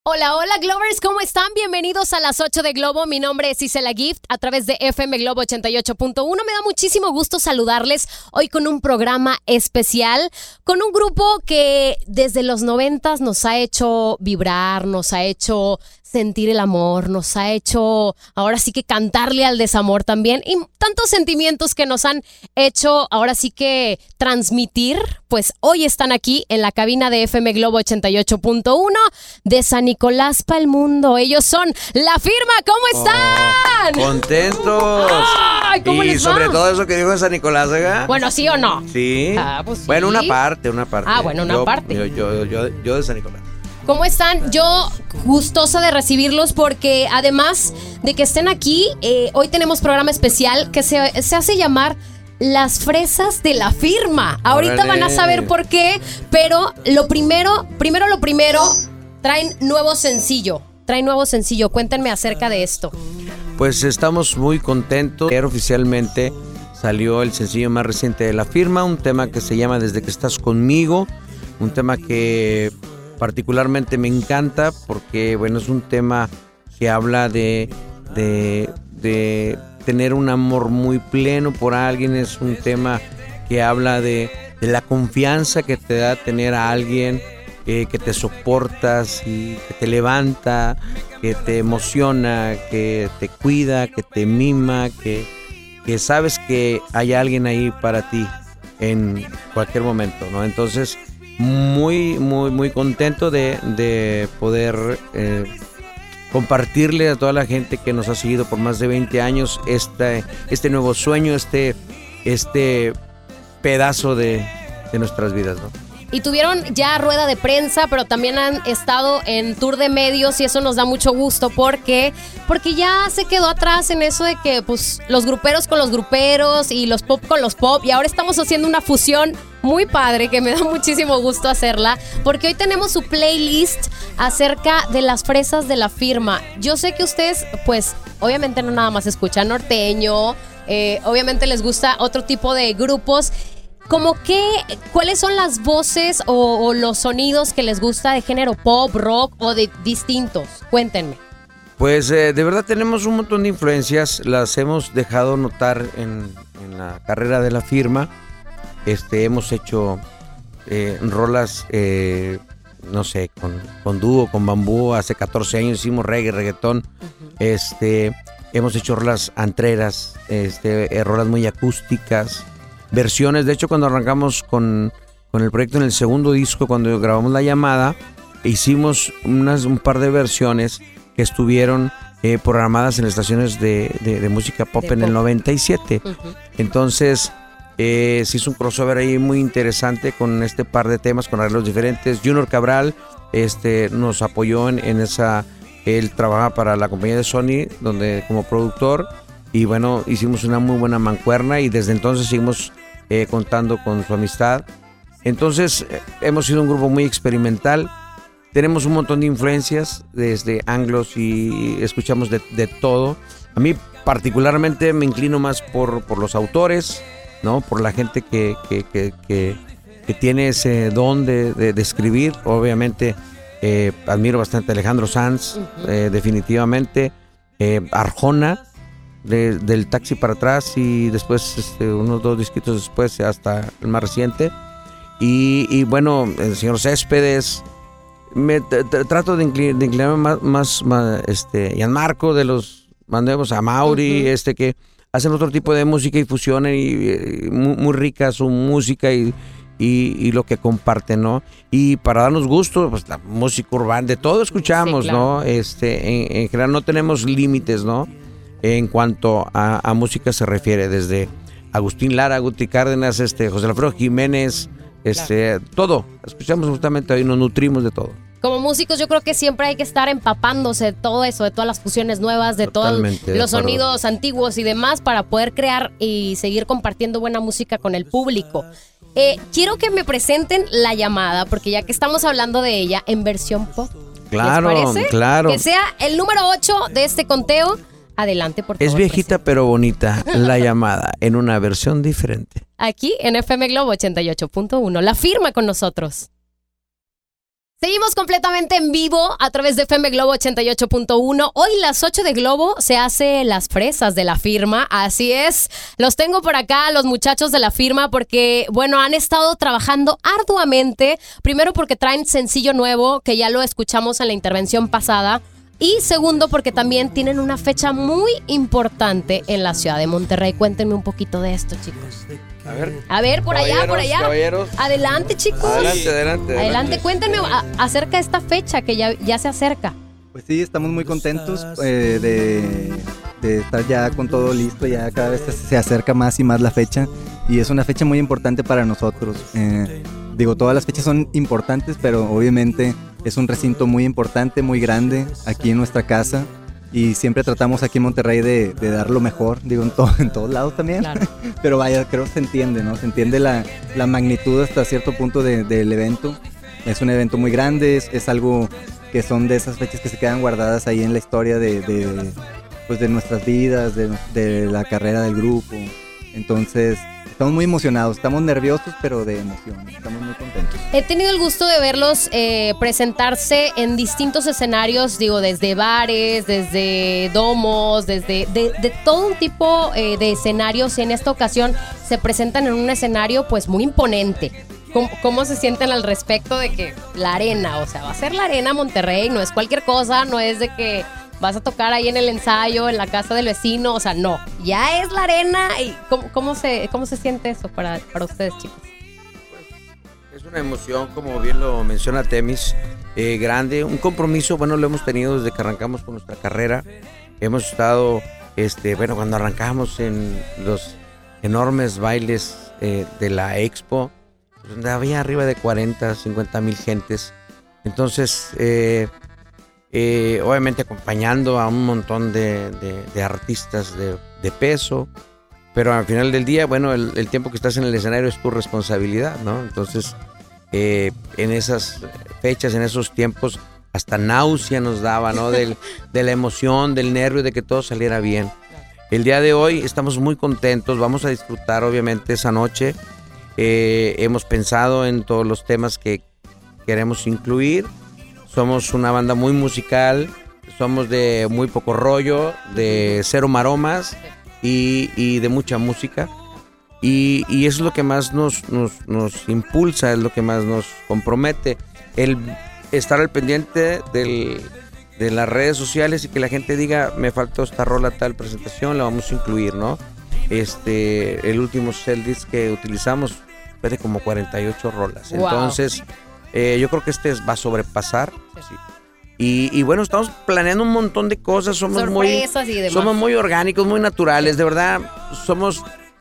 Hola, hola Glovers, ¿cómo están? Bienvenidos a las 8 de Globo. Mi nombre es Isela Gift a través de FM Globo 88.1. Me da muchísimo gusto saludarles hoy con un programa especial, con un grupo que desde los 90s nos ha hecho vibrar, nos ha hecho sentir el amor, nos ha hecho ahora sí que cantarle al desamor también, y tantos sentimientos que nos han hecho ahora sí que transmitir. Pues hoy están aquí en la cabina de FM Globo 88.1 de San Nicolás para el mundo. Ellos son La Firma. ¿Cómo están? ¡Contentos! ¡Ay! ¿Cómo y les va? sobre todo eso que dijo en San Nicolás, ¿verdad? Bueno, ¿sí o no? Sí. Pues sí. Bueno, una parte. Ah, bueno, una parte. Yo de San Nicolás. ¿Cómo están? Yo gustosa de recibirlos porque además de que estén aquí, hoy tenemos programa especial que se hace llamar Las Fresas de La Firma. Ahorita ¡Órale! van a saber por qué, pero lo primero, traen nuevo sencillo. Cuéntenme acerca de esto. Pues estamos muy contentos. Ayer oficialmente salió el sencillo más reciente de La Firma, un tema que se llama Desde que estás conmigo, un tema que particularmente me encanta porque, bueno, es un tema que habla de tener un amor muy pleno por alguien. Es un tema que habla de la confianza que te da tener a alguien que te soportas y que te levanta, que te emociona, que te cuida, que te mima, que sabes que hay alguien ahí para ti en cualquier momento, ¿no? Entonces, muy, muy, muy contento de poder compartirle a toda la gente que nos ha seguido por más de 20 años este nuevo sueño, este pedazo de nuestras vidas, ¿no? Y tuvieron ya rueda de prensa, pero también han estado en tour de medios y eso nos da mucho gusto porque ya se quedó atrás en eso de que pues los gruperos con los gruperos y los pop con los pop, y ahora estamos haciendo una fusión muy padre que me da muchísimo gusto hacerla porque hoy tenemos su playlist acerca de las fresas de La Firma. Yo sé que ustedes pues obviamente no nada más escuchan norteño, obviamente les gusta otro tipo de grupos. ¿Cuáles son las voces o los sonidos que les gusta de género pop, rock o de distintos? Cuéntenme. Pues de verdad tenemos un montón de influencias, las hemos dejado notar en la carrera de La Firma. Hemos hecho rolas, no sé, con dúo, con bambú. Hace 14 años hicimos reggaetón. Hemos hecho rolas antreras, rolas muy acústicas. Versiones, de hecho cuando arrancamos con el proyecto en el segundo disco, cuando grabamos La Llamada, hicimos un par de versiones que estuvieron programadas en estaciones de música pop en el 97. Uh-huh. Entonces se hizo un crossover ahí muy interesante con este par de temas, con arreglos diferentes. Junior Cabral nos apoyó en esa, él trabaja para la compañía de Sony, donde como productor. Y bueno, hicimos una muy buena mancuerna y desde entonces seguimos contando con su amistad. Entonces hemos sido un grupo muy experimental. Tenemos un montón de influencias desde anglos y escuchamos de todo. A mí particularmente me inclino más por los autores, ¿no? Por la gente que tiene ese don de escribir. Obviamente admiro bastante a Alejandro Sanz, definitivamente. Arjona. Del Taxi para atrás y después unos 2 disquitos después hasta el más reciente y bueno, el señor Céspedes. Me trato de inclinarme más Gianmarco, de los mandemos a Mauri, uh-huh. Que hacen otro tipo de música y fusionan y muy rica su música y lo que comparten, ¿no? Y para darnos gusto, pues la música urbana, de todo escuchamos, sí, claro. ¿no? En general no tenemos límites, ¿no? En cuanto a música se refiere, desde Agustín Lara, Guti Cárdenas, José Alfredo Jiménez, claro. Todo. Escuchamos justamente ahí, nos nutrimos de todo. Como músicos yo creo que siempre hay que estar empapándose de todo eso, de todas las fusiones nuevas, de todos los sonidos antiguos y demás para poder crear y seguir compartiendo buena música con el público. Quiero que me presenten La Llamada, porque ya que estamos hablando de ella en versión pop. Claro, ¿les parece? Claro. Que sea el número 8 de este conteo. Adelante, por favor. Es viejita pero bonita, La Llamada, en una versión diferente. Aquí en FM Globo 88.1, La Firma con nosotros. Seguimos completamente en vivo a través de FM Globo 88.1. Hoy las 8 de Globo se hace las fresas de la firma, así es. Los tengo por acá, los muchachos de la firma, porque, bueno, han estado trabajando arduamente. Primero porque traen sencillo nuevo, que ya lo escuchamos en la intervención pasada. Y segundo, porque también tienen una fecha muy importante en la ciudad de Monterrey. Cuéntenme un poquito de esto, chicos. A ver, por allá. Caballeros. Adelante, chicos. Adelante. Cuéntenme acerca de esta fecha que ya se acerca. Pues sí, estamos muy contentos de estar ya con todo listo. Ya cada vez se acerca más y más la fecha. Y es una fecha muy importante para nosotros. Todas las fechas son importantes, pero obviamente es un recinto muy importante, muy grande aquí en nuestra casa. Y siempre tratamos aquí en Monterrey de dar lo mejor, en todos lados también. Claro. Pero vaya, creo que se entiende, ¿no? Se entiende la magnitud hasta cierto punto del evento. Es un evento muy grande, es algo que son de esas fechas que se quedan guardadas ahí en la historia de nuestras vidas, de la carrera del grupo. Entonces, estamos muy emocionados, estamos nerviosos, pero de emoción, estamos muy contentos. He tenido el gusto de verlos presentarse en distintos escenarios, desde bares, desde domos, de todo un tipo de escenarios. Y en esta ocasión se presentan en un escenario pues muy imponente. ¿Cómo se sienten al respecto de que la arena, va a ser la Arena Monterrey, no es cualquier cosa, no es de que vas a tocar ahí en el ensayo, en la casa del vecino, no, ya es la arena? ¿Y cómo se siente eso para ustedes, chicos? Pues es una emoción, como bien lo menciona Temis, grande, un compromiso, lo hemos tenido desde que arrancamos con nuestra carrera. Hemos estado, cuando arrancamos en los enormes bailes de la Expo, donde había arriba de 40, 50 mil gentes. Entonces, obviamente acompañando a un montón de artistas de peso, pero al final del día, el tiempo que estás en el escenario es tu responsabilidad, ¿no? Entonces, en esas fechas, en esos tiempos, hasta náusea nos daba, ¿no? De la emoción, del nervio, de que todo saliera bien. El día de hoy estamos muy contentos, vamos a disfrutar obviamente esa noche. Hemos pensado en todos los temas que queremos incluir. Somos una banda muy musical, somos de muy poco rollo, de cero maromas y de mucha música. Y eso es lo que más nos impulsa, es lo que más nos compromete. El estar al pendiente de las redes sociales y que la gente diga, me faltó esta rola, tal presentación, la vamos a incluir, ¿no? El último setlist que utilizamos fue de como 48 rolas. Wow. Entonces, yo creo que va a sobrepasar. Sí. Y estamos planeando un montón de cosas. Somos sorpresas y demás. Somos muy orgánicos, muy naturales. De verdad, somos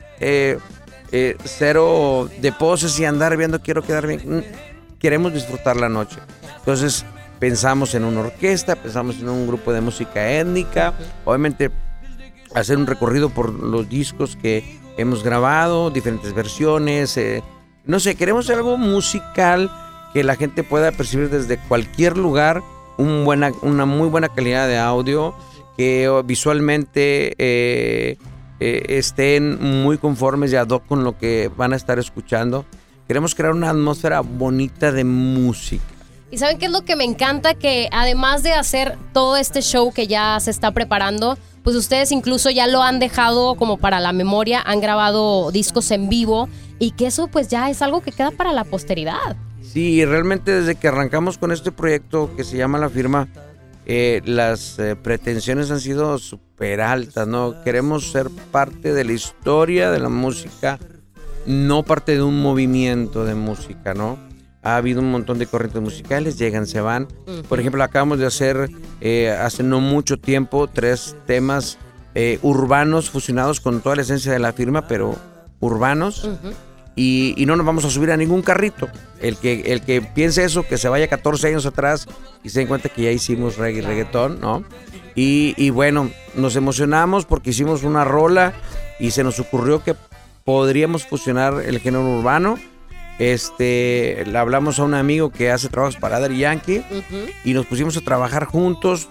cero de poses y andar viendo quiero quedar bien. Queremos disfrutar la noche. Entonces, pensamos en una orquesta, pensamos en un grupo de música étnica. Obviamente, hacer un recorrido por los discos que hemos grabado, diferentes versiones. Queremos hacer algo musical que la gente pueda percibir desde cualquier lugar, una muy buena calidad de audio, que visualmente estén muy conformes y ad hoc con lo que van a estar escuchando. Queremos crear una atmósfera bonita de música. ¿Y saben qué es lo que me encanta? Que además de hacer todo este show que ya se está preparando, pues ustedes incluso ya lo han dejado como para la memoria, han grabado discos en vivo y que eso pues ya es algo que queda para la posteridad. Sí, realmente desde que arrancamos con este proyecto que se llama La Firma, las pretensiones han sido súper altas, ¿no? Queremos ser parte de la historia de la música, no parte de un movimiento de música, ¿no? Ha habido un montón de corrientes musicales, llegan, se van. Por ejemplo, acabamos de hacer hace no mucho tiempo 3 temas urbanos fusionados con toda la esencia de La Firma, pero urbanos. Y no nos vamos a subir a ningún carrito. El que piense eso, que se vaya 14 años atrás y se den cuenta que ya hicimos reggae y reggaetón, ¿no? Y nos emocionamos porque hicimos una rola y se nos ocurrió que podríamos fusionar el género urbano. Le hablamos a un amigo que hace trabajos para Daddy Yankee y nos pusimos a trabajar juntos.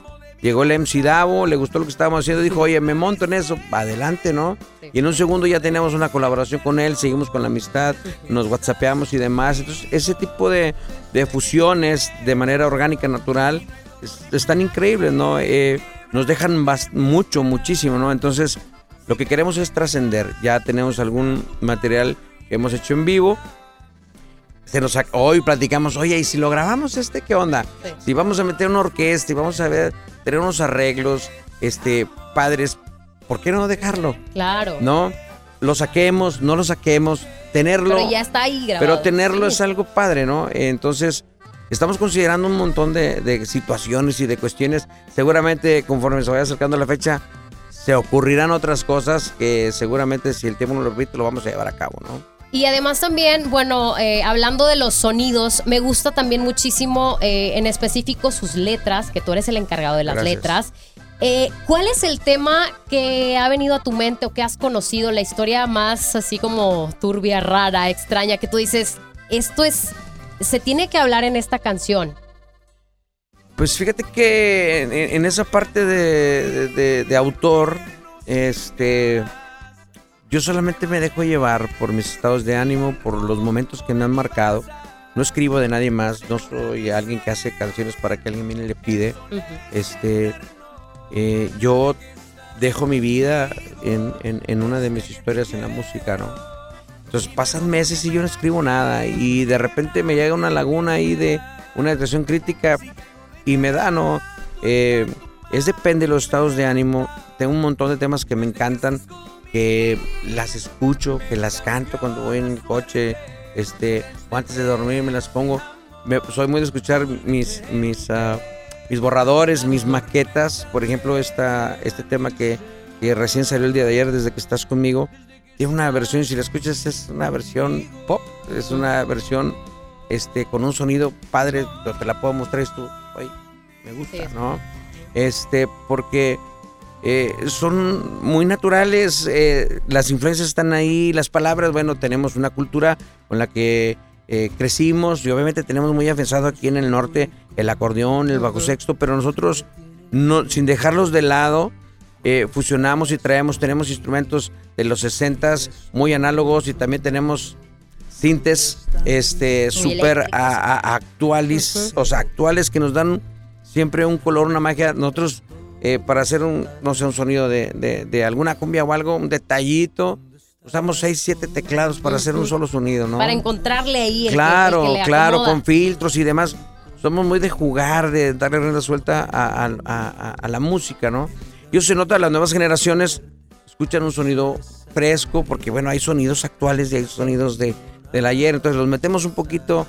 Llegó el MC Davo, le gustó lo que estábamos haciendo, dijo, oye, me monto en eso, adelante, ¿no? Sí. Y en un segundo ya teníamos una colaboración con él, seguimos con la amistad, nos whatsappeamos y demás. Entonces, ese tipo de fusiones de manera orgánica, natural, están increíbles, ¿no? Nos dejan muchísimo, ¿no? Entonces, lo que queremos es trascender. Ya tenemos algún material que hemos hecho en vivo. Hoy platicamos, oye, ¿y si lo grabamos qué onda? Sí. Si vamos a meter una orquesta y vamos a tener unos arreglos padres, ¿por qué no dejarlo? Claro. ¿No? Lo saquemos, no lo saquemos, tenerlo. Pero ya está ahí grabado. Pero tenerlo es algo padre, ¿no? Entonces, estamos considerando un montón de situaciones y de cuestiones. Seguramente, conforme se vaya acercando la fecha, se ocurrirán otras cosas que seguramente, si el tiempo nos lo permite, lo vamos a llevar a cabo, ¿no? Y además también, bueno, hablando de los sonidos, me gusta también muchísimo, en específico, sus letras, que tú eres el encargado de las letras. ¿Cuál es el tema que ha venido a tu mente o que has conocido, la historia más así como turbia, rara, extraña, que tú dices, se tiene que hablar en esta canción? Pues fíjate que en esa parte de autor, yo solamente me dejo llevar por mis estados de ánimo, por los momentos que me han marcado. No escribo de nadie más, no soy alguien que hace canciones para que alguien viene y le pide. Yo dejo mi vida en una de mis historias en la música, ¿no? Entonces pasan meses y yo no escribo nada y de repente me llega una laguna ahí de una depresión crítica y me da, ¿no? Depende de los estados de ánimo. Tengo un montón de temas que me encantan, que las escucho, que las canto cuando voy en el coche, o antes de dormir me las pongo. Soy muy de escuchar mis borradores, mis maquetas. Por ejemplo, este tema que recién salió el día de ayer, Desde que estás conmigo, tiene una versión, si la escuchas, es una versión pop, es una versión con un sonido padre, te la puedo mostrar, tú, oye, me gusta, sí, ¿no? Porque son muy naturales, las influencias están ahí, las palabras, bueno, tenemos una cultura con la que crecimos y obviamente tenemos muy afianzado aquí en el norte el acordeón, el bajo sexto, pero nosotros, no, sin dejarlos de lado, fusionamos y tenemos instrumentos de los 60s muy análogos y también tenemos sintes súper actuales, o sea, actuales, que nos dan siempre un color, una magia. Nosotros, para hacer un sonido de alguna cumbia o algo, un detallito, usamos 6, 7 teclados para hacer un solo sonido, ¿no? Para encontrarle ahí el claro, que le claro, acomoda. con filtros y demás. Somos muy de jugar, de darle rienda suelta a la música, ¿no? Y eso se nota, las nuevas generaciones escuchan un sonido fresco, porque bueno, hay sonidos actuales y hay sonidos del ayer, entonces los metemos un poquito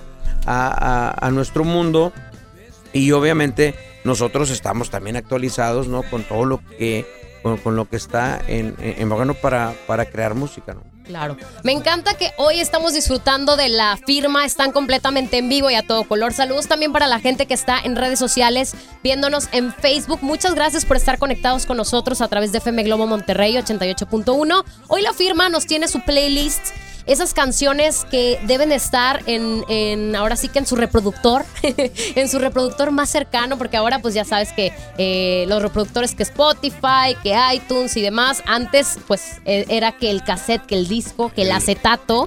a nuestro mundo. Y obviamente nosotros estamos también actualizados, ¿no? Con todo lo que está en Bogano para crear música, ¿no? Claro. Me encanta que hoy estamos disfrutando de La Firma, están completamente en vivo y a todo color. Saludos también para la gente que está en redes sociales, viéndonos en Facebook. Muchas gracias por estar conectados con nosotros a través de FM Globo Monterrey 88.1. Hoy La Firma nos tiene su playlist, esas canciones que deben estar ahora sí que en su reproductor, en su reproductor más cercano, porque ahora pues ya sabes que los reproductores que Spotify, que iTunes y demás, antes pues era que el cassette, que el disco, que el acetato.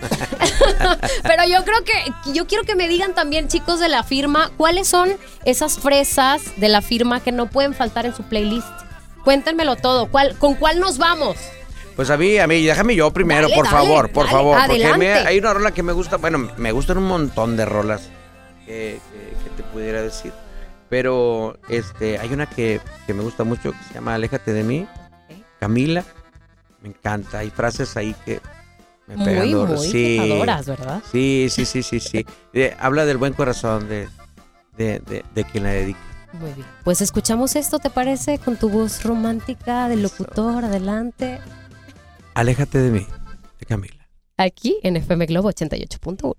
Pero yo quiero que me digan también, chicos de La Firma, ¿cuáles son esas fresas de La Firma que no pueden faltar en su playlist? Cuéntenmelo todo. ¿Con cuál nos vamos? Pues a mí, déjame yo primero, por favor. Adelante. Porque hay una rola que me gusta, bueno, me gustan un montón de rolas que te pudiera decir. Pero hay una que me gusta mucho, que se llama Aléjate de mí, Camila. Me encanta, hay frases ahí que me pegan duro. Muy fijadoras, ¿verdad? Sí. Habla del buen corazón de quien la dedica. Muy bien. Pues escuchamos esto, ¿te parece? Con tu voz romántica de locutor, adelante. Aléjate de mí, de Camila. Aquí en FM Globo 88.1.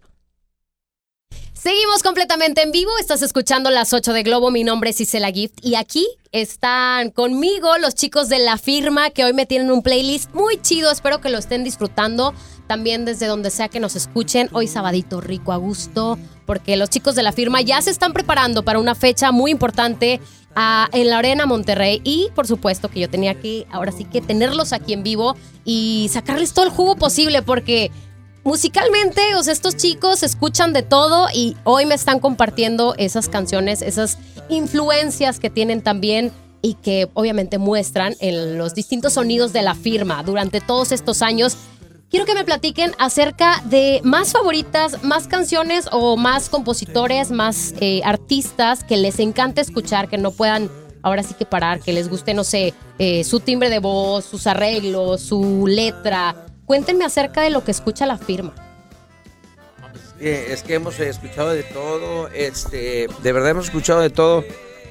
Seguimos completamente en vivo, estás escuchando las 8 de Globo, mi nombre es Isela Gift y aquí están conmigo los chicos de La Firma que hoy me tienen un playlist muy chido, espero que lo estén disfrutando también desde donde sea que nos escuchen. Hoy sabadito rico, a gusto, porque los chicos de La Firma ya se están preparando para una fecha muy importante en la Arena Monterrey. Y por supuesto que yo tenía que, ahora sí que tenerlos aquí en vivo y sacarles todo el jugo posible, porque musicalmente, o sea, estos chicos escuchan de todo y hoy me están compartiendo esas canciones, esas influencias que tienen también y que obviamente muestran en los distintos sonidos de la firma durante todos estos años. Quiero que me platiquen acerca de más favoritas, más canciones o más compositores, más artistas que les encanta escuchar, que no puedan ahora sí que parar, que les guste, no sé, su timbre de voz, sus arreglos, su letra. Cuéntenme acerca de lo que escucha la firma. Es que hemos escuchado de todo, de verdad hemos escuchado de todo.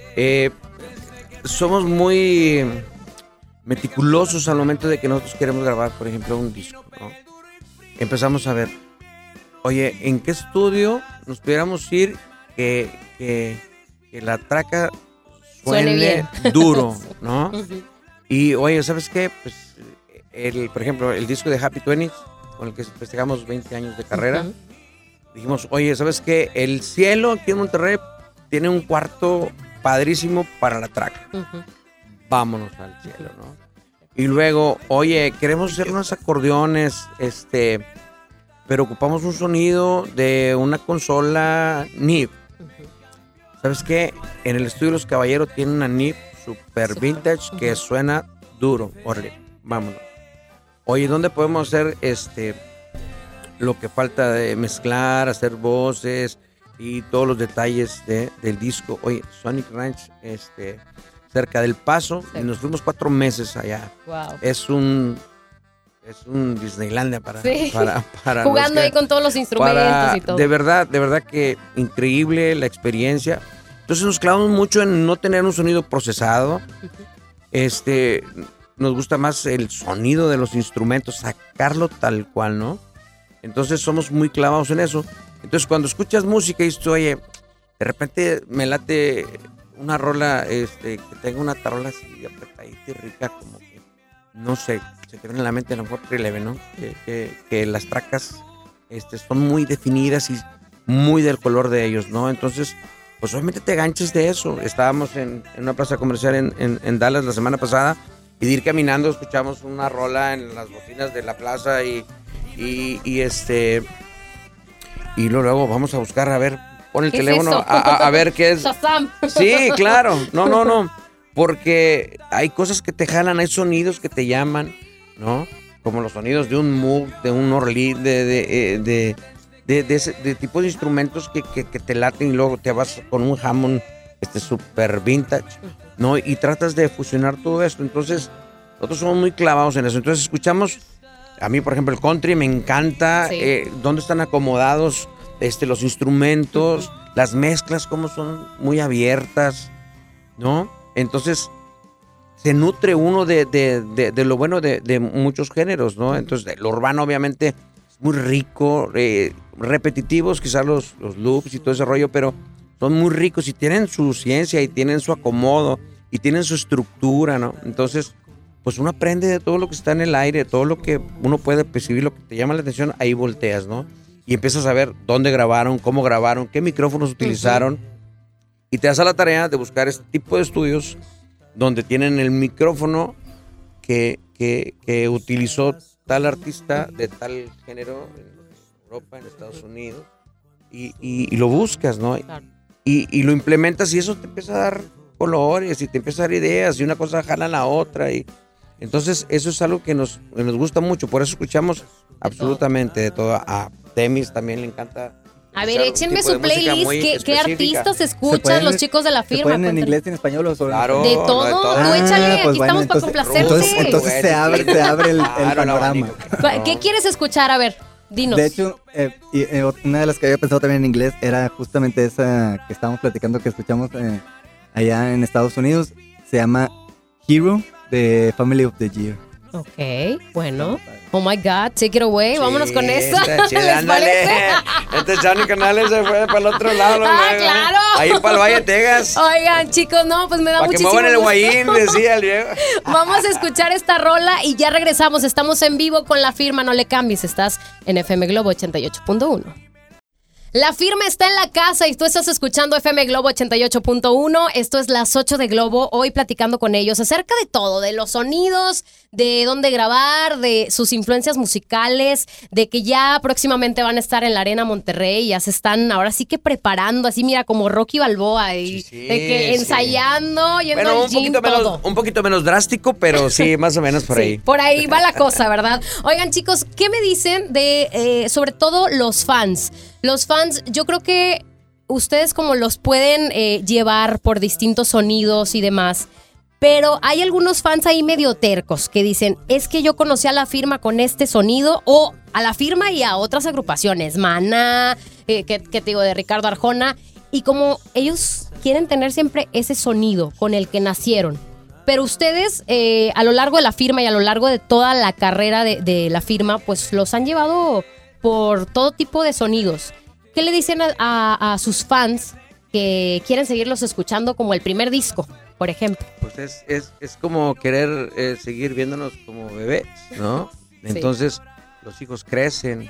Somos muy meticulosos al momento de que nosotros queremos grabar, por ejemplo, un disco, ¿no? Empezamos a ver, oye, ¿en qué estudio nos pudiéramos ir que la traca suene bien duro, ¿no? Y oye, ¿sabes qué? Pues por ejemplo, el disco de Happy 20, con el que festejamos 20 años de carrera, dijimos, oye, ¿sabes qué? El cielo aquí en Monterrey tiene un cuarto padrísimo para la traca. Vámonos al cielo, ¿no? Y luego, oye, queremos hacer unos acordeones, pero ocupamos un sonido de una consola NIB. ¿Sabes qué? En el estudio Los Caballeros tienen una NIB super vintage que suena duro. Órale, vámonos. Oye, ¿dónde podemos hacer lo que falta de mezclar, hacer voces y todos los detalles del disco? Oye, Sonic Ranch, cerca del Paso, y nos fuimos 4 meses allá. Wow. Es un Disneylandia para jugando ahí con todos los instrumentos y todo. De verdad que increíble la experiencia. Entonces nos clavamos mucho en no tener un sonido procesado. Nos gusta más el sonido de los instrumentos, sacarlo tal cual, ¿no? Entonces somos muy clavados en eso. Entonces cuando escuchas música y dices, oye, de repente me late una rola que tenga una tarola así apretadita y rica, como que, no sé, se te viene en la mente a lo mejor Releve, ¿no? Que las tracas son muy definidas y muy del color de ellos, ¿no? Entonces, pues obviamente te ganches de eso. Estábamos en una plaza comercial en Dallas la semana pasada y de ir caminando escuchamos una rola en las bocinas de la plaza y luego vamos a buscar, a ver, pon el teléfono a ver qué es. Shazam. Sí, claro, no, porque hay cosas que te jalan, hay sonidos que te llaman, ¿no? Como los sonidos de un Moog, de un Orly, de ese tipo de instrumentos que te laten y luego te vas con un Hammond super vintage, ¿no? Y tratas de fusionar todo esto. Entonces, nosotros somos muy clavados en eso. Entonces, escuchamos, a mí, por ejemplo, el country me encanta, dónde están acomodados los instrumentos, las mezclas, cómo son muy abiertas, ¿no? Entonces, se nutre uno de lo bueno de muchos géneros, ¿no? Entonces, lo urbano, obviamente, es muy rico, repetitivos, quizás los loops y todo ese rollo, pero son muy ricos y tienen su ciencia y tienen su acomodo y tienen su estructura, ¿no? Entonces, pues uno aprende de todo lo que está en el aire, todo lo que uno puede percibir, lo que te llama la atención, ahí volteas, ¿no? Y empiezas a ver dónde grabaron, cómo grabaron, qué micrófonos utilizaron, y te das a la tarea de buscar este tipo de estudios donde tienen el micrófono que utilizó tal artista de tal género en Europa, en Estados Unidos, y lo buscas, ¿no? Claro. Y lo implementas y eso te empieza a dar colores y te empieza a dar ideas y una cosa jala a la otra y entonces eso es algo que nos gusta mucho, por eso escuchamos absolutamente de todo. A Temis también le encanta. A ver, échenme su playlist, ¿qué artistas escuchan los chicos de la firma? ¿Se pueden en inglés y en español o solo? Claro, de todo, tú échale, aquí estamos para complacerte. Entonces se abre el panorama. ¿Qué quieres escuchar? A ver, dinos. De hecho, una de las que había pensado también en inglés era justamente esa que estábamos platicando, que escuchamos allá en Estados Unidos. Se llama Hero, de Family of the Year. Ok, bueno. Oh my God, take it away. Sí, vámonos con esta. ¿Les parece? Johnny Canales se fue para el otro lado. Claro. Ahí para el Valle de Texas. Oigan, chicos, no, pues me da muchísimo gusto. Para que muevan el guayín, decía el viejo. Vamos a escuchar esta rola y ya regresamos. Estamos en vivo con la firma, no le cambies. Estás en FM Globo 88.1. La firma está en la casa y tú estás escuchando FM Globo 88.1. Esto es Las 8 de Globo. Hoy platicando con ellos acerca de todo, de los sonidos, de dónde grabar, de sus influencias musicales, de que ya próximamente van a estar en la Arena Monterrey. Ya se están ahora sí que preparando, así mira, como Rocky Balboa. Y de que ensayando, yendo al gym, todo. Un poquito menos drástico, pero sí, más o menos por ahí. Por ahí va la cosa, ¿verdad? Oigan, chicos, ¿qué me dicen de, sobre todo, los fans? Los fans, yo creo que ustedes como los pueden llevar por distintos sonidos y demás, pero hay algunos fans ahí medio tercos que dicen, es que yo conocí a La Firma con este sonido, o a La Firma y a otras agrupaciones, Maná, que te digo, de Ricardo Arjona, y como ellos quieren tener siempre ese sonido con el que nacieron. Pero ustedes, a lo largo de La Firma y a lo largo de toda la carrera de La Firma, pues los han llevado por todo tipo de sonidos. ¿Qué le dicen a sus fans que quieren seguirlos escuchando como el primer disco, por ejemplo? Pues es como querer seguir viéndonos como bebés, ¿no? Entonces, sí. Los hijos crecen,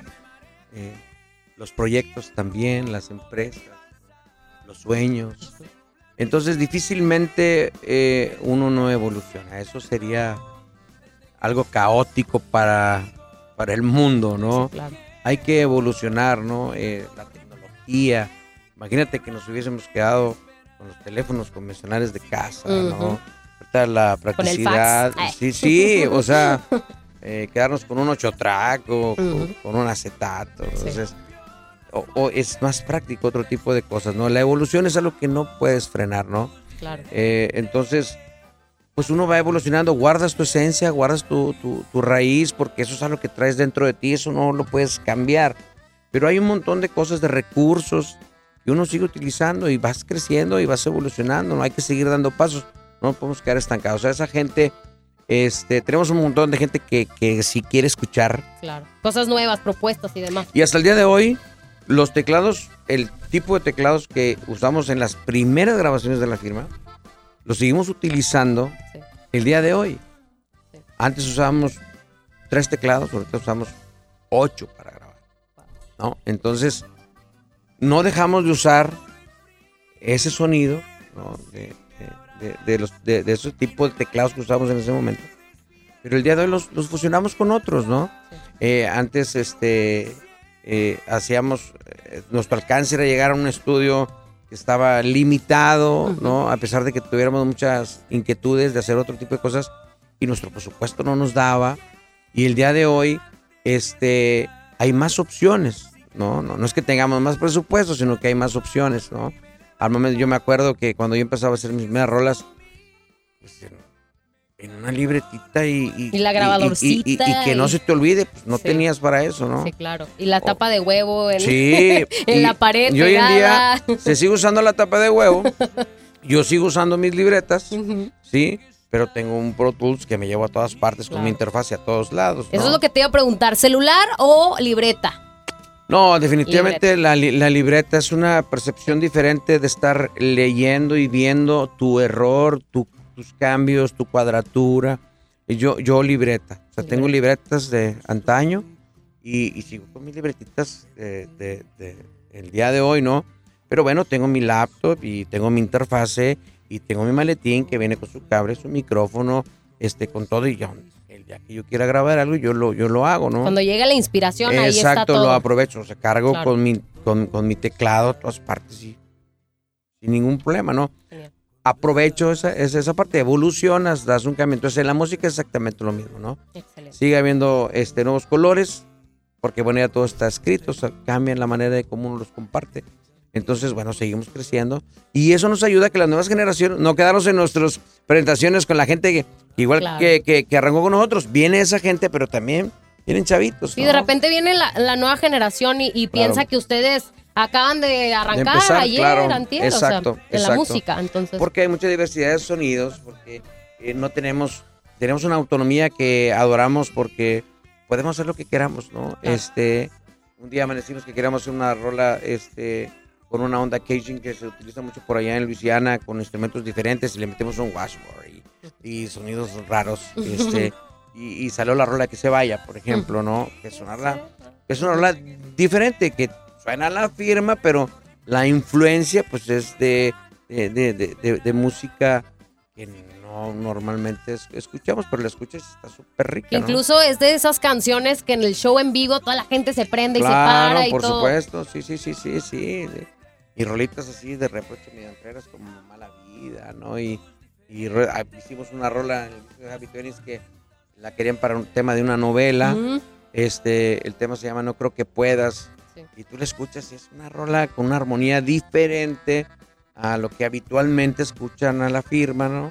los proyectos también, las empresas, los sueños. Entonces, difícilmente uno no evoluciona. Eso sería algo caótico para el mundo, ¿no? Sí, claro. Hay que evolucionar, ¿no? La tecnología. Imagínate que nos hubiésemos quedado con los teléfonos convencionales de casa, ¿no? Ahorita la practicidad. Con el fax. Sí, o sea, quedarnos con un 8-track o con un acetato. Sí. Entonces, o es más práctico otro tipo de cosas, ¿no? La evolución es algo que no puedes frenar, ¿no? Claro. Entonces, pues uno va evolucionando, guardas tu esencia, guardas tu raíz, porque eso es algo que traes dentro de ti, eso no lo puedes cambiar. Pero hay un montón de cosas, de recursos que uno sigue utilizando y vas creciendo y vas evolucionando, ¿no? Hay que seguir dando pasos, no podemos quedar estancados. O sea, esa gente, tenemos un montón de gente que sí quiere escuchar. Claro, cosas nuevas, propuestas y demás. Y hasta el día de hoy, los teclados, el tipo de teclados que usamos en las primeras grabaciones de La Firma, los seguimos utilizando el día de hoy. Sí. Antes usábamos 3 teclados, ahorita usamos 8 para grabar, ¿no? Entonces, no dejamos de usar ese sonido, ¿no? de esos tipos de teclados que usamos en ese momento. Pero el día de hoy los fusionamos con otros, ¿no? Sí. Antes, hacíamos, nuestro alcance era llegar a un estudio que estaba limitado, ¿no? A pesar de que tuviéramos muchas inquietudes de hacer otro tipo de cosas y nuestro presupuesto no nos daba. Y el día de hoy, hay más opciones, ¿no? No es que tengamos más presupuesto, sino que hay más opciones, ¿no? Al momento yo me acuerdo que cuando yo empezaba a hacer mis primeras rolas, pues, en una libretita y la grabadorcita. Y que no se te olvide, pues no tenías para eso, ¿no? Sí, claro. Y la tapa de huevo en la pared. Y hoy en día se sigue usando la tapa de huevo. Yo sigo usando mis libretas, ¿sí? Pero tengo un Pro Tools que me llevo a todas partes con mi interfaz y a todos lados, ¿no? Eso es lo que te iba a preguntar, ¿celular o libreta? No, definitivamente la libreta es una percepción diferente de estar leyendo y viendo tu error, tus cambios, tu cuadratura. Yo libreta. O sea, tengo libretas de antaño y sigo con mis libretitas de el día de hoy, ¿no? Pero bueno, tengo mi laptop y tengo mi interfase y tengo mi maletín que viene con su cable, su micrófono, con todo, y yo, el día que yo quiera grabar algo, yo lo hago, ¿no? Cuando llega la inspiración, ahí está todo. Exacto, lo aprovecho, o sea, cargo con mi teclado a todas partes y sin ningún problema, ¿no? Genial. Aprovecho esa parte, evolucionas, das un cambio. Entonces, en la música es exactamente lo mismo, ¿no? Excelente. Sigue habiendo nuevos colores, porque bueno, ya todo está escrito, o sea, cambian la manera de cómo uno los comparte. Entonces, bueno, seguimos creciendo y eso nos ayuda a que las nuevas generaciones no quedarnos en nuestras presentaciones con la gente que igual que arrancó con nosotros. Viene esa gente, pero también vienen chavitos, ¿no? Y de repente viene la nueva generación y piensa que ustedes acaban de arrancar empezar, ayer, antier, exacto, o sea, en la música, entonces. Porque hay mucha diversidad de sonidos, porque no tenemos una autonomía que adoramos porque podemos hacer lo que queramos, ¿no? Claro. Un día amanecimos que queríamos hacer una rola, con una onda Cajun que se utiliza mucho por allá en Luisiana, con instrumentos diferentes, y le metemos un washboard y sonidos raros, y salió la rola Que Se Vaya, por ejemplo, ¿no? Que es una rola diferente, que suena La Firma, pero la influencia pues es de música que no normalmente escuchamos, pero la escuchas y está súper rica, ¿no? Incluso es de esas canciones que en el show en vivo toda la gente se prende y se Claro, para y por todo. supuesto, sí. Y rolitas así de reproche mediantreras como Mala Vida, ¿no? Hicimos una rola en el disco de Happy Twenties que la querían para un tema de una novela. El tema se llama No Creo Que Puedas. Sí. Y tú la escuchas y es una rola con una armonía diferente a lo que habitualmente escuchan a La Firma, ¿no?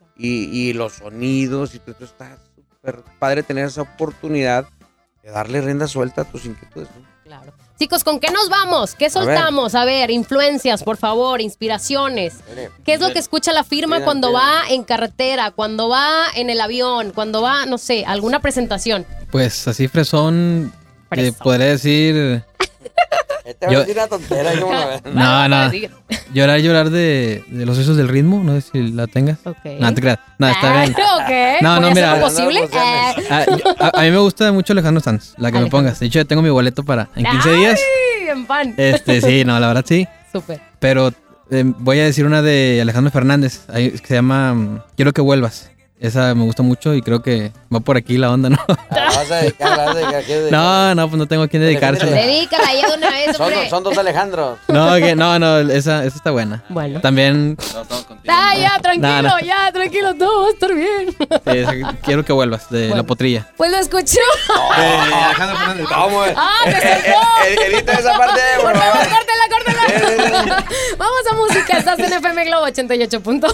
Y los sonidos, y tú estás súper padre tener esa oportunidad de darle rienda suelta a tus inquietudes, ¿no? Claro. Chicos, ¿con qué nos vamos? ¿Qué soltamos? A ver, influencias, por favor, inspiraciones. ¿Qué es lo que escucha La Firma cuando va en carretera, cuando va en el avión, cuando va, no sé, alguna presentación? Pues así fresón. Podría decir... Te voy a decir una tontera. No. Llorar de los Hijos del Ritmo. No sé si la tengas. Okay. No, te creas. No, está bien. Okay. No, mira. ¿Posible? A mí me gusta mucho Alejandro Sanz, la que me pongas. De hecho, ya tengo mi boleto para en 15 días. En pan. Sí, no, la verdad sí. Súper. Pero voy a decir una de Alejandro Fernández, que se llama Quiero que vuelvas. Esa me gusta mucho y creo que va por aquí la onda, ¿no? ¿Vas a dedicar? No, pues no tengo a quién dedicársela. Dedícala ya de una vez, hombre. Son dos Alejandros. No, esa está buena. Bueno. También... Ya, tranquilo, todo va a estar bien. Quiero que vuelvas, de La Potrilla. Pues lo escuchó. Alejandro Fernández. Vamos. Me saltó. Edita esa parte. Por favor, córtela. Vamos a música. Estás en FM Globo 88.1.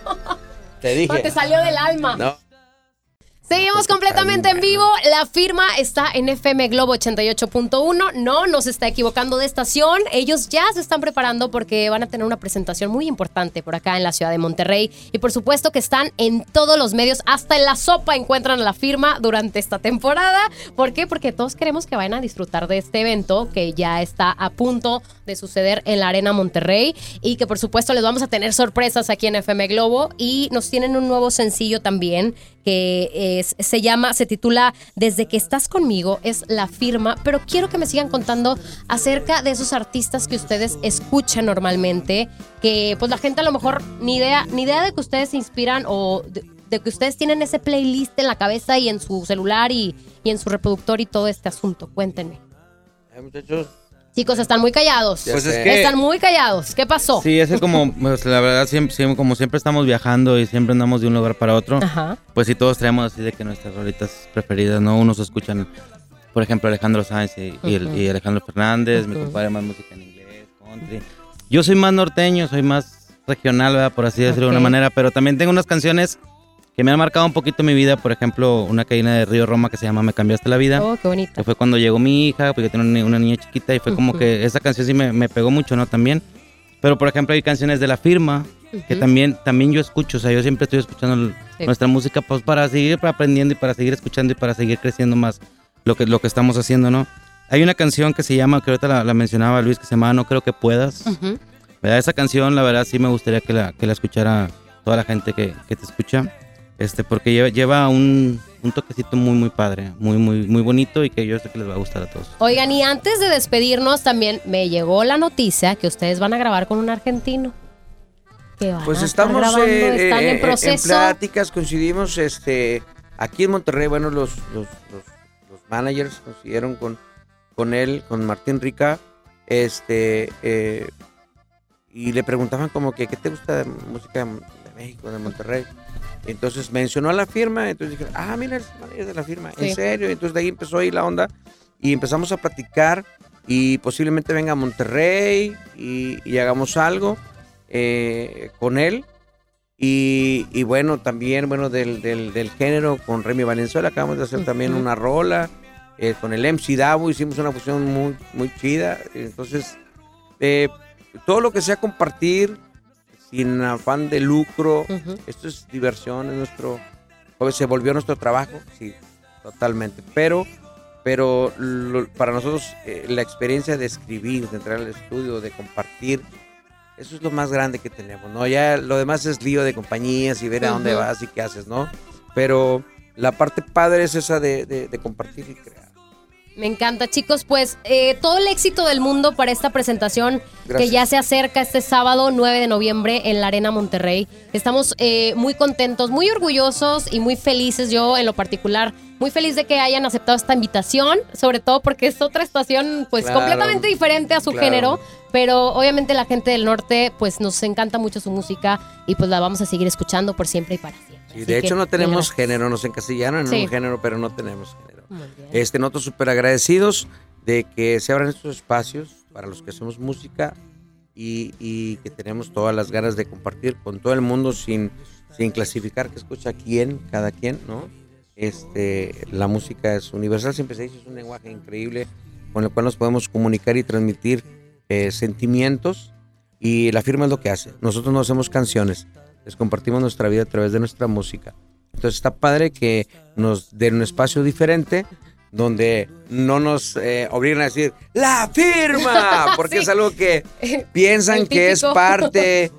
Te dije. No, te salió del alma. No. Seguimos completamente en vivo. La Firma está en FM Globo 88.1. No se está equivocando de estación. Ellos ya se están preparando porque van a tener una presentación muy importante por acá en la ciudad de Monterrey. Y por supuesto que están en todos los medios. Hasta en La Sopa encuentran a La Firma durante esta temporada. ¿Por qué? Porque todos queremos que vayan a disfrutar de este evento que ya está a punto de suceder en la Arena Monterrey. Y que por supuesto les vamos a tener sorpresas aquí en FM Globo. Y nos tienen un nuevo sencillo también que se titula Desde que estás conmigo, es La Firma, pero quiero que me sigan contando acerca de esos artistas que ustedes escuchan normalmente, que pues la gente a lo mejor ni idea de que ustedes se inspiran o de que ustedes tienen ese playlist en la cabeza y en su celular y en su reproductor y todo este asunto. Cuéntenme. Muchachos. Chicos, están muy callados. Pues es que... Están muy callados. ¿Qué pasó? Sí, es como, pues, la verdad, como siempre estamos viajando y siempre andamos de un lugar para otro. Ajá. Pues sí, todos traemos así de que nuestras rolitas preferidas, ¿no? Unos escuchan, por ejemplo, Alejandro Sanz y Alejandro Fernández, mi compadre más música en inglés, country. Yo soy más norteño, soy más regional, ¿verdad? Por así decirlo de una manera, pero también tengo unas canciones que me han marcado un poquito mi vida. Por ejemplo, una cadena de Río Roma que se llama Me Cambiaste la Vida. Oh, qué bonita. Que fue cuando llegó mi hija, porque yo tengo una niña chiquita y fue como que esa canción sí me pegó mucho, ¿no? También. Pero, por ejemplo, hay canciones de La Firma que también yo escucho. O sea, yo siempre estoy escuchando nuestra música pues para seguir aprendiendo y para seguir escuchando y para seguir creciendo más lo que estamos haciendo, ¿no? Hay una canción que se llama, que ahorita la mencionaba Luis, que se llama No Creo Que Puedas. ¿Verdad? Esa canción, la verdad, sí me gustaría que la escuchara toda la gente que te escucha. Porque lleva un toquecito muy, muy padre, muy, muy, muy bonito y que yo sé que les va a gustar a todos. Oigan, y antes de despedirnos también me llegó la noticia que ustedes van a grabar con un argentino. Pues estamos están en proceso. En pláticas, coincidimos aquí en Monterrey. Bueno, los managers coincidieron con él, con Martín Rica, y le preguntaban como que ¿qué te gusta de música de México, de Monterrey? Entonces mencionó a La Firma, entonces dijeron, mira, es el manager de La Firma, sí. ¿En serio? Entonces de ahí empezó ahí la onda y empezamos a platicar y posiblemente venga a Monterrey y hagamos algo con él. Y bueno, también del género con Remy Valenzuela acabamos de hacer también una rola, con el MC Davo hicimos una fusión muy, muy chida. Entonces, todo lo que sea compartir sin afán de lucro, esto es diversión, se volvió nuestro trabajo, sí, totalmente, pero para nosotros la experiencia de escribir, de entrar al estudio, de compartir, eso es lo más grande que tenemos, ¿no? Ya lo demás es lío de compañías y ver a dónde vas y qué haces, ¿no? Pero la parte padre es esa de compartir y crear. Me encanta, chicos. Pues todo el éxito del mundo para esta presentación. Gracias. Que ya se acerca este sábado 9 de noviembre en la Arena Monterrey. Estamos muy contentos, muy orgullosos y muy felices. Yo, en lo particular, muy feliz de que hayan aceptado esta invitación, sobre todo porque es otra estación pues completamente diferente a su género, pero obviamente la gente del norte pues nos encanta mucho su música y pues la vamos a seguir escuchando por siempre y para siempre. Sí, de hecho no tenemos género, nos encasillaron en un género, pero no tenemos género. Nosotros súper agradecidos de que se abran estos espacios para los que hacemos música y que tenemos todas las ganas de compartir con todo el mundo sin clasificar que escucha cada quien, ¿no? La música es universal, siempre se dice, es un lenguaje increíble con el cual nos podemos comunicar y transmitir sentimientos, y la firma es lo que hace. Nosotros no hacemos canciones, les compartimos nuestra vida a través de nuestra música. Entonces está padre que nos den un espacio diferente donde no nos obliguen a decir ¡La Firma! Porque es algo que piensan que es parte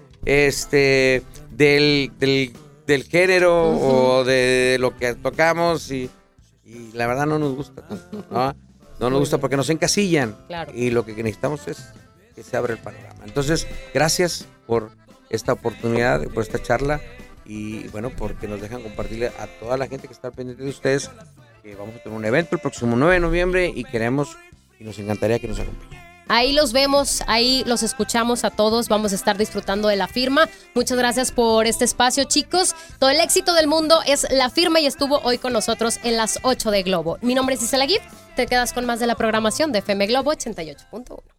del género o de lo que tocamos y la verdad no nos gusta tanto, ¿no? No nos gusta porque nos encasillan. Claro. Y lo que necesitamos es que se abra el panorama. Entonces, gracias por esta oportunidad, por esta charla y bueno, porque nos dejan compartirle a toda la gente que está pendiente de ustedes que vamos a tener un evento el próximo 9 de noviembre y queremos y nos encantaría que nos acompañen. Ahí los vemos, ahí los escuchamos a todos, vamos a estar disfrutando de La Firma. Muchas gracias por este espacio, chicos. Todo el éxito del mundo es La Firma y estuvo hoy con nosotros en las 8 de Globo. Mi nombre es Isela Gift, te quedas con más de la programación de FM Globo 88.1.